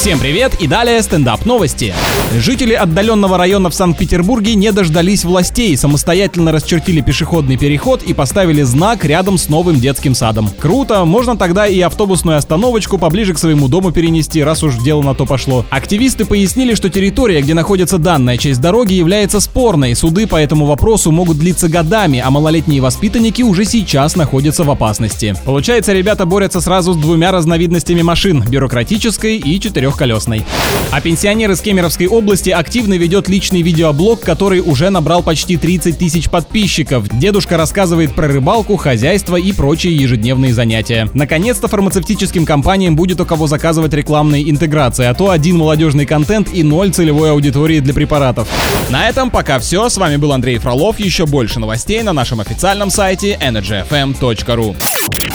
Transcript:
Всем привет и далее стендап-новости. Жители отдаленного района в Санкт-Петербурге не дождались властей, самостоятельно расчертили пешеходный переход и поставили знак рядом с новым детским садом. Круто, можно тогда и автобусную остановочку поближе к своему дому перенести, раз уж дело на то пошло. Активисты пояснили, что территория, где находится данная часть дороги, является спорной, суды по этому вопросу могут длиться годами, а малолетние воспитанники уже сейчас находятся в опасности. Получается, ребята борются сразу с двумя разновидностями машин – бюрократической и четырехколесной. А пенсионер из Кемеровской области активно ведет личный видеоблог, который уже набрал почти 30 тысяч подписчиков. Дедушка рассказывает про рыбалку, хозяйство и прочие ежедневные занятия. Наконец-то фармацевтическим компаниям будет у кого заказывать рекламные интеграции, а то один молодежный контент и 0 целевой аудитории для препаратов. На этом пока все. С вами был Андрей Фролов. Еще больше новостей на нашем официальном сайте energyfm.ru.